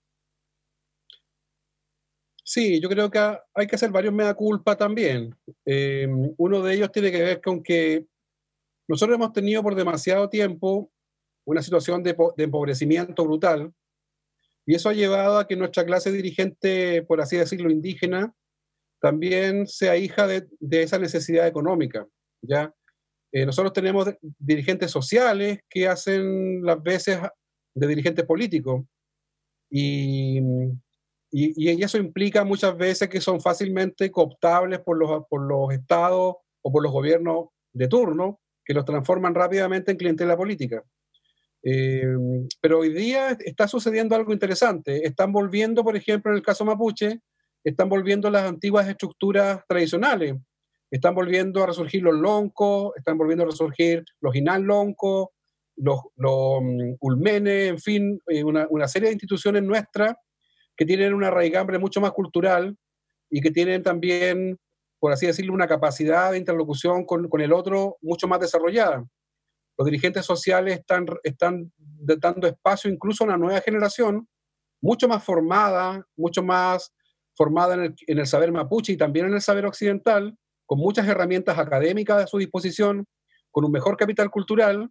Sí, yo creo que hay que hacer varios mea culpa también. Eh, uno de ellos tiene que ver con que nosotros hemos tenido por demasiado tiempo una situación de, de empobrecimiento brutal, y eso ha llevado a que nuestra clase dirigente, por así decirlo, indígena, también sea hija de, de esa necesidad económica, ¿ya? Eh, nosotros tenemos dirigentes sociales que hacen las veces de dirigentes políticos, y... Y, y eso implica muchas veces que son fácilmente cooptables por los, por los estados o por los gobiernos de turno, que los transforman rápidamente en clientela política. Eh, pero hoy día está sucediendo algo interesante. Están volviendo, por ejemplo, en el caso mapuche, están volviendo las antiguas estructuras tradicionales. Están volviendo a resurgir los loncos, están volviendo a resurgir los inal loncos, los, los um, ulmenes, en fin, una, una serie de instituciones nuestras que tienen una raigambre mucho más cultural y que tienen también, por así decirlo, una capacidad de interlocución con, con el otro mucho más desarrollada. Los dirigentes sociales están, están dando espacio incluso a una nueva generación, mucho más formada, mucho más formada en el, en el saber mapuche y también en el saber occidental, con muchas herramientas académicas a su disposición, con un mejor capital cultural,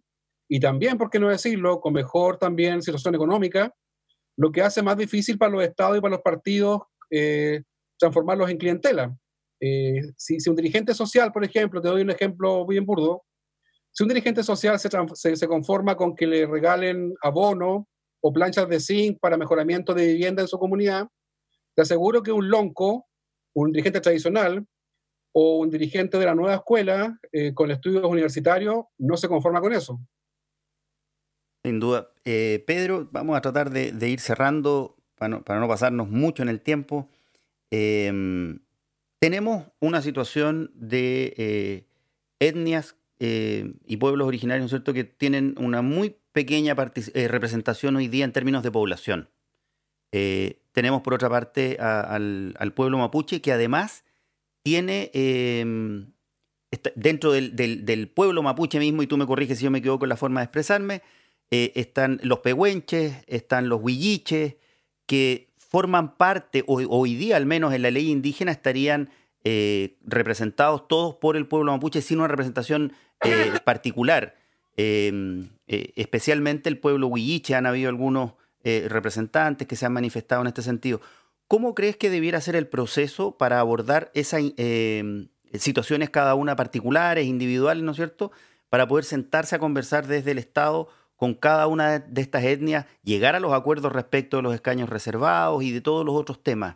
y también, por qué no decirlo, con mejor también situación económica, lo que hace más difícil para los estados y para los partidos eh, transformarlos en clientela. Eh, si, si un dirigente social, por ejemplo, te doy un ejemplo bien burdo, si un dirigente social se, se, se conforma con que le regalen abono o planchas de zinc para mejoramiento de vivienda en su comunidad, te aseguro que un lonco, un dirigente tradicional o un dirigente de la nueva escuela eh, con estudios universitarios no se conforma con eso. Sin duda. Eh, Pedro, vamos a tratar de, de ir cerrando para no, para no pasarnos mucho en el tiempo. Eh, tenemos una situación de eh, etnias eh, y pueblos originarios, ¿no es cierto?, que tienen una muy pequeña eh, representación hoy día en términos de población. Eh, tenemos por otra parte a, al, al pueblo mapuche, que además tiene eh, está dentro del, del, del pueblo mapuche mismo, y tú me corriges si yo me equivoco en la forma de expresarme, eh, están los pehuenches, están los huilliches, que forman parte, o hoy día al menos en la ley indígena estarían eh, representados todos por el pueblo mapuche sin una representación eh, particular. Eh, eh, especialmente el pueblo huilliche, han habido algunos eh, representantes que se han manifestado en este sentido. ¿Cómo crees que debiera ser el proceso para abordar esas eh, situaciones cada una particulares, individuales, ¿no es cierto?, para poder sentarse a conversar desde el Estado con cada una de estas etnias, llegar a los acuerdos respecto de los escaños reservados y de todos los otros temas?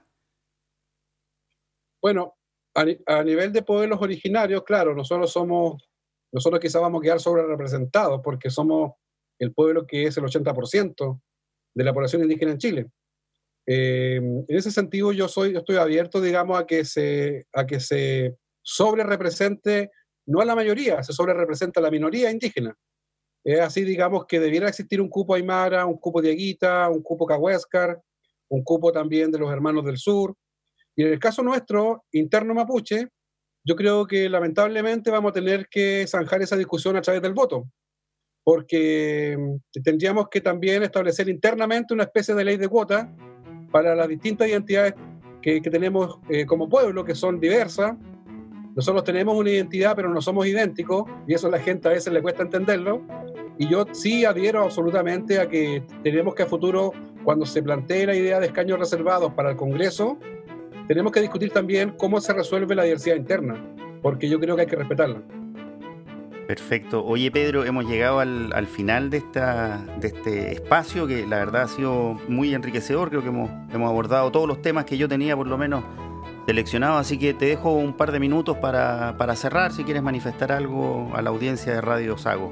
Bueno, a, a nivel de pueblos originarios, claro, nosotros somos, nosotros quizás vamos a quedar sobre representados porque somos el pueblo que es el ochenta por ciento de la población indígena en Chile. Eh, en ese sentido, yo soy, yo estoy abierto, digamos, a que se, a que se sobre represente, no a la mayoría, se sobre representa a la minoría indígena. Es así, digamos, que debiera existir un cupo aymara, un cupo dieguita, un cupo cahuéscar, un cupo también de los hermanos del sur. Y en el caso nuestro, interno mapuche, yo creo que lamentablemente vamos a tener que zanjar esa discusión a través del voto, porque tendríamos que también establecer internamente una especie de ley de cuota para las distintas identidades que, que tenemos eh, como pueblo, que son diversas. Nosotros tenemos una identidad, pero no somos idénticos, y eso a la gente a veces le cuesta entenderlo. Y yo sí adhiero absolutamente a que tenemos que a futuro, cuando se plantee la idea de escaños reservados para el Congreso, tenemos que discutir también cómo se resuelve la diversidad interna, porque yo creo que hay que respetarla. Perfecto. Oye, Pedro, hemos llegado al, al final de, esta, de este espacio, que la verdad ha sido muy enriquecedor. Creo que hemos, hemos abordado todos los temas que yo tenía por lo menos seleccionados, así que te dejo un par de minutos para, para cerrar, si quieres manifestar algo a la audiencia de Radio Sago.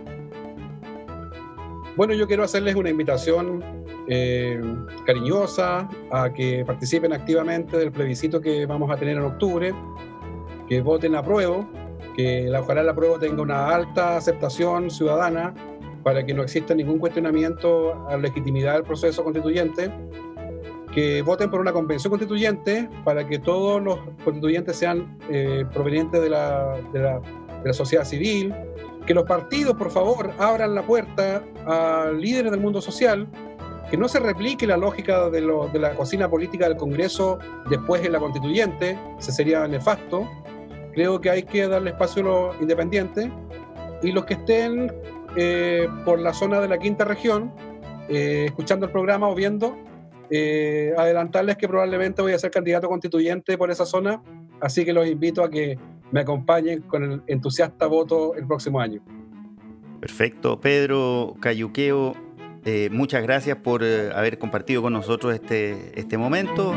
Bueno, yo quiero hacerles una invitación eh, cariñosa a que participen activamente del plebiscito que vamos a tener en octubre, que voten a prueba, que la, ojalá la prueba tenga una alta aceptación ciudadana para que no exista ningún cuestionamiento a la legitimidad del proceso constituyente, que voten por una convención constituyente para que todos los constituyentes sean eh, provenientes de la, de, la, de la sociedad civil, que los partidos, por favor, abran la puerta a líderes del mundo social, que no se replique la lógica de, lo, de la cocina política del Congreso después en la constituyente, ese sería nefasto. Creo que hay que darle espacio a los independientes, y los que estén eh, por la zona de la quinta región, eh, escuchando el programa o viendo, eh, adelantarles que probablemente voy a ser candidato constituyente por esa zona, así que los invito a que me acompañen con el entusiasta voto el próximo año. Perfecto. Pedro Cayuqueo, eh, muchas gracias por eh, haber compartido con nosotros este, este momento.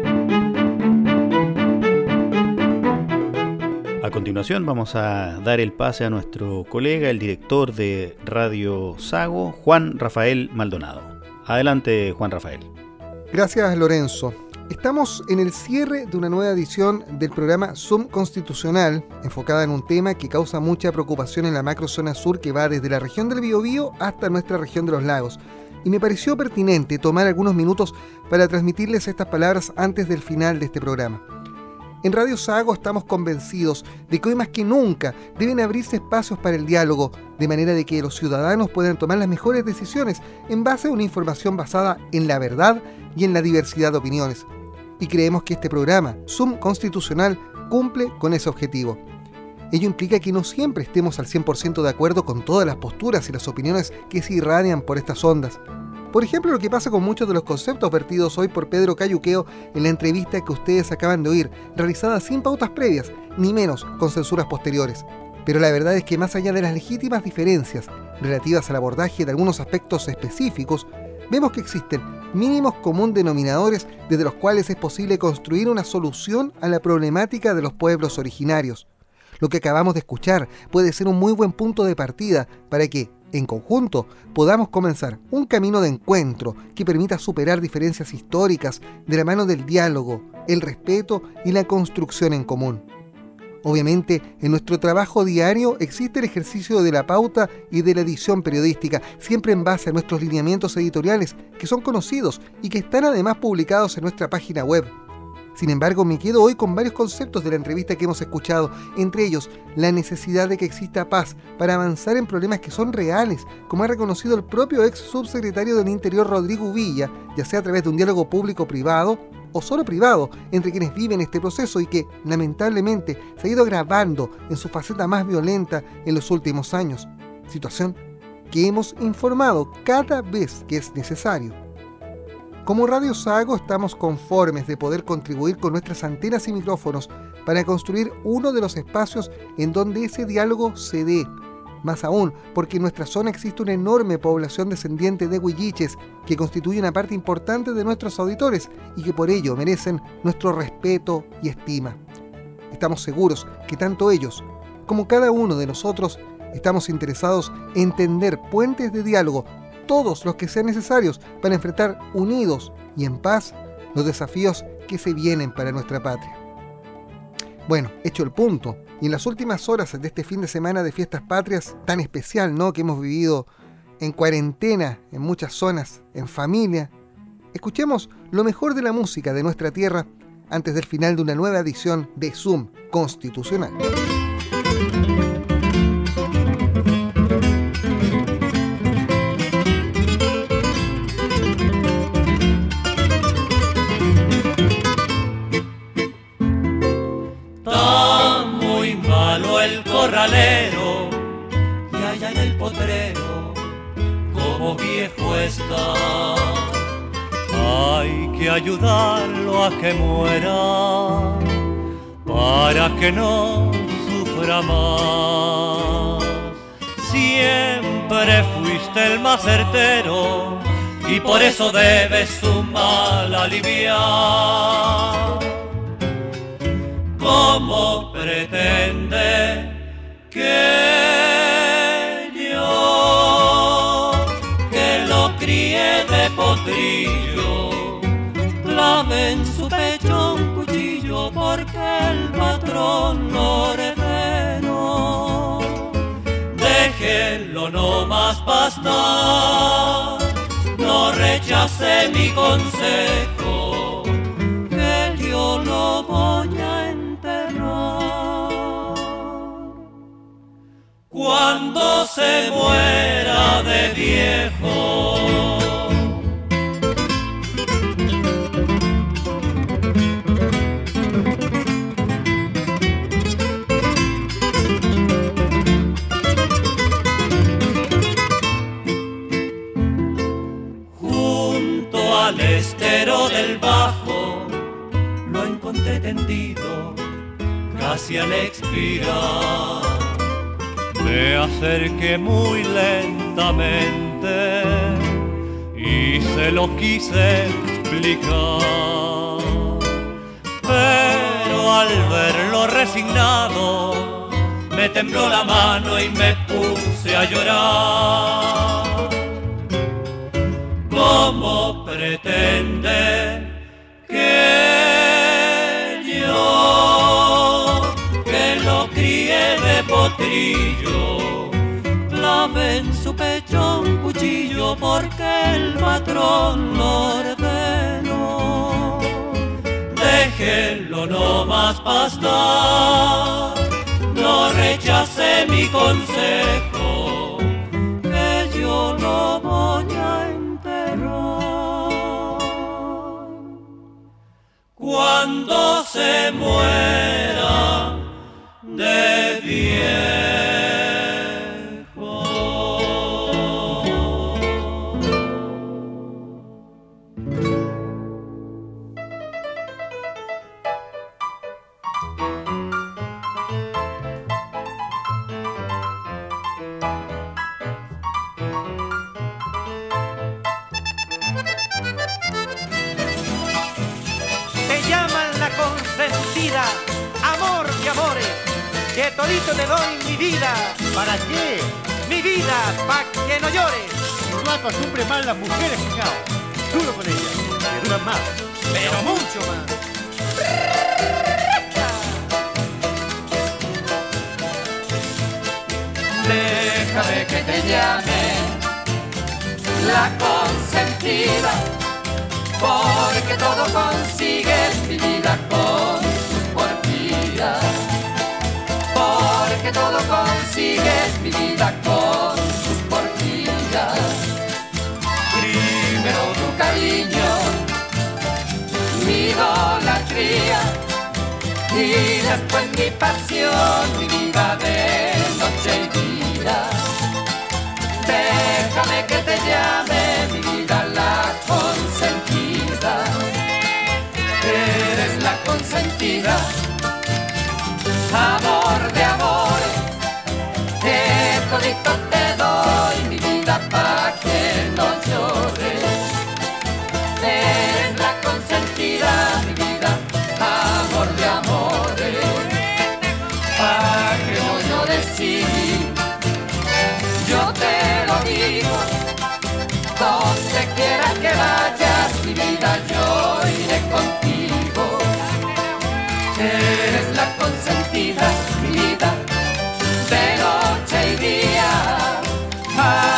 A continuación vamos a dar el pase a nuestro colega, el director de Radio Sago, Juan Rafael Maldonado. Adelante, Juan Rafael. Gracias, Lorenzo. Estamos en el cierre de una nueva edición del programa Zoom Constitucional, enfocada en un tema que causa mucha preocupación en la macrozona sur, que va desde la región del Biobío hasta nuestra región de los lagos. Y me pareció pertinente tomar algunos minutos para transmitirles estas palabras antes del final de este programa. En Radio Sago estamos convencidos de que hoy más que nunca deben abrirse espacios para el diálogo, de manera de que los ciudadanos puedan tomar las mejores decisiones en base a una información basada en la verdad y en la diversidad de opiniones. Y creemos que este programa, Zoom Constitucional, cumple con ese objetivo. Ello implica que no siempre estemos al cien por ciento de acuerdo con todas las posturas y las opiniones que se irradian por estas ondas. Por ejemplo, lo que pasa con muchos de los conceptos vertidos hoy por Pedro Cayuqueo en la entrevista que ustedes acaban de oír, realizada sin pautas previas, ni menos con censuras posteriores. Pero la verdad es que más allá de las legítimas diferencias relativas al abordaje de algunos aspectos específicos, vemos que existen mínimos común denominadores desde los cuales es posible construir una solución a la problemática de los pueblos originarios. Lo que acabamos de escuchar puede ser un muy buen punto de partida para que, en conjunto, podamos comenzar un camino de encuentro que permita superar diferencias históricas de la mano del diálogo, el respeto y la construcción en común. Obviamente, en nuestro trabajo diario existe el ejercicio de la pauta y de la edición periodística, siempre en base a nuestros lineamientos editoriales, que son conocidos y que están además publicados en nuestra página web. Sin embargo, me quedo hoy con varios conceptos de la entrevista que hemos escuchado, entre ellos la necesidad de que exista paz para avanzar en problemas que son reales, como ha reconocido el propio ex subsecretario del Interior Rodrigo Villa, ya sea a través de un diálogo público-privado o solo privado entre quienes viven este proceso y que, lamentablemente, se ha ido agravando en su faceta más violenta en los últimos años, situación que hemos informado cada vez que es necesario. Como Radio Sago estamos conformes de poder contribuir con nuestras antenas y micrófonos para construir uno de los espacios en donde ese diálogo se dé. Más aún, porque en nuestra zona existe una enorme población descendiente de huilliches que constituye una parte importante de nuestros auditores y que por ello merecen nuestro respeto y estima. Estamos seguros que tanto ellos como cada uno de nosotros estamos interesados en tender puentes de diálogo, todos los que sean necesarios para enfrentar unidos y en paz los desafíos que se vienen para nuestra patria. Bueno, hecho el punto, y en las últimas horas de este fin de semana de fiestas patrias tan especial, ¿no?, que hemos vivido en cuarentena, en muchas zonas, en familia, escuchemos lo mejor de la música de nuestra tierra antes del final de una nueva edición de Zoom Constitucional. Corralero, y allá en el potrero, como viejo está. Hay que ayudarlo a que muera, para que no sufra más. Siempre fuiste el más certero, y por eso debes su mal aliviar. ¿Cómo pretende que yo, que lo crié de potrillo, clave en su pecho un cuchillo porque el patrón lo ordenó? Déjelo no más pastar, no rechace mi consejo, que yo lo voy a enterrar. Cuando se muera de viejo, junto al estero del Bajo lo encontré tendido casi al expirar. Me acerqué muy lentamente y se lo quise explicar, pero al verlo resignado me tembló la mano y me puse a llorar. ¿Cómo pretende que yo, que lo crié de potrillo, clave en su pecho un cuchillo porque el patrón lo ordenó? Déjelo no más pastar, no rechace mi consejo, que yo lo voy a enterrar. Cuando se muera de vida. Amor de amores, que todito te doy mi vida. ¿Para qué? Mi vida, pa' que no llores. No acostumbres mal las mujeres, cuñado. Duro con ellas, que duran más. Pero mucho más. Déjame que te llame la consentida, porque todo consigues mi vida con tus porfías, porque todo consigues mi vida con tus porfías. Primero tu cariño, mi idolatría, y después mi pasión, mi vida de noche y día. Déjame que te llame mi vida la consentida. Eres la consentida, amor de amores, que todito te doy mi vida pa' que no llores. Eres la consentida, mi vida, amor de amores, pa' que no llores, sí, yo te lo digo. Donde quiera que vayas, mi vida, yo iré contigo. Eres la consentida, mi vida, de noche y día. Ah,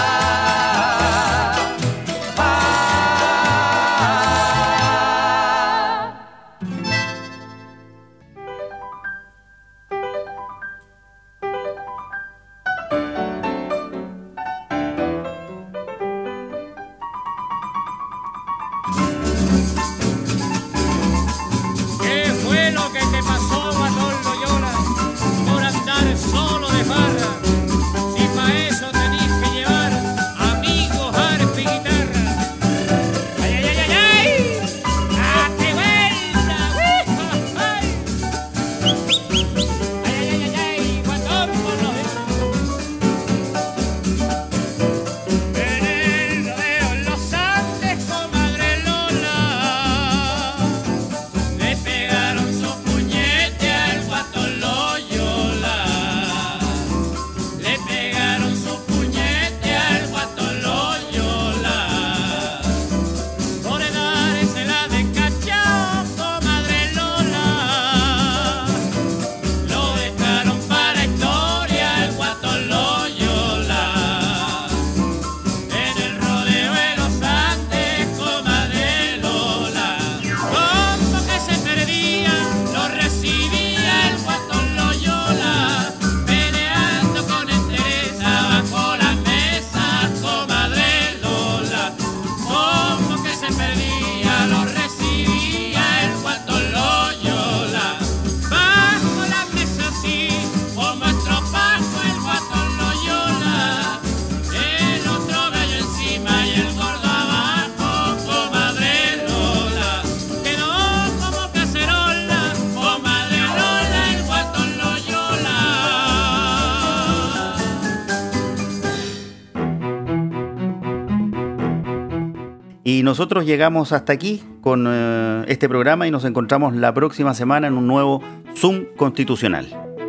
Y nosotros llegamos hasta aquí con eh, este programa y nos encontramos la próxima semana en un nuevo Zoom Constitucional.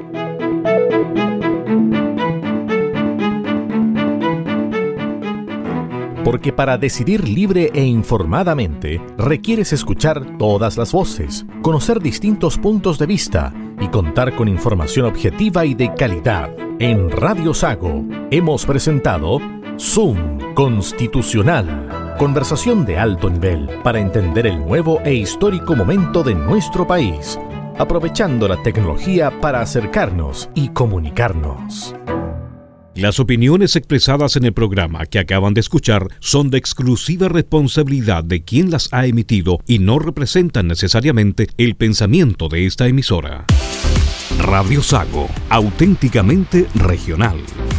Porque para decidir libre e informadamente requieres escuchar todas las voces, conocer distintos puntos de vista y contar con información objetiva y de calidad. En Radio Sago hemos presentado Zoom Constitucional. Conversación de alto nivel para entender el nuevo e histórico momento de nuestro país, aprovechando la tecnología para acercarnos y comunicarnos. Las opiniones expresadas en el programa que acaban de escuchar son de exclusiva responsabilidad de quien las ha emitido y no representan necesariamente el pensamiento de esta emisora. Radio Sago, auténticamente regional.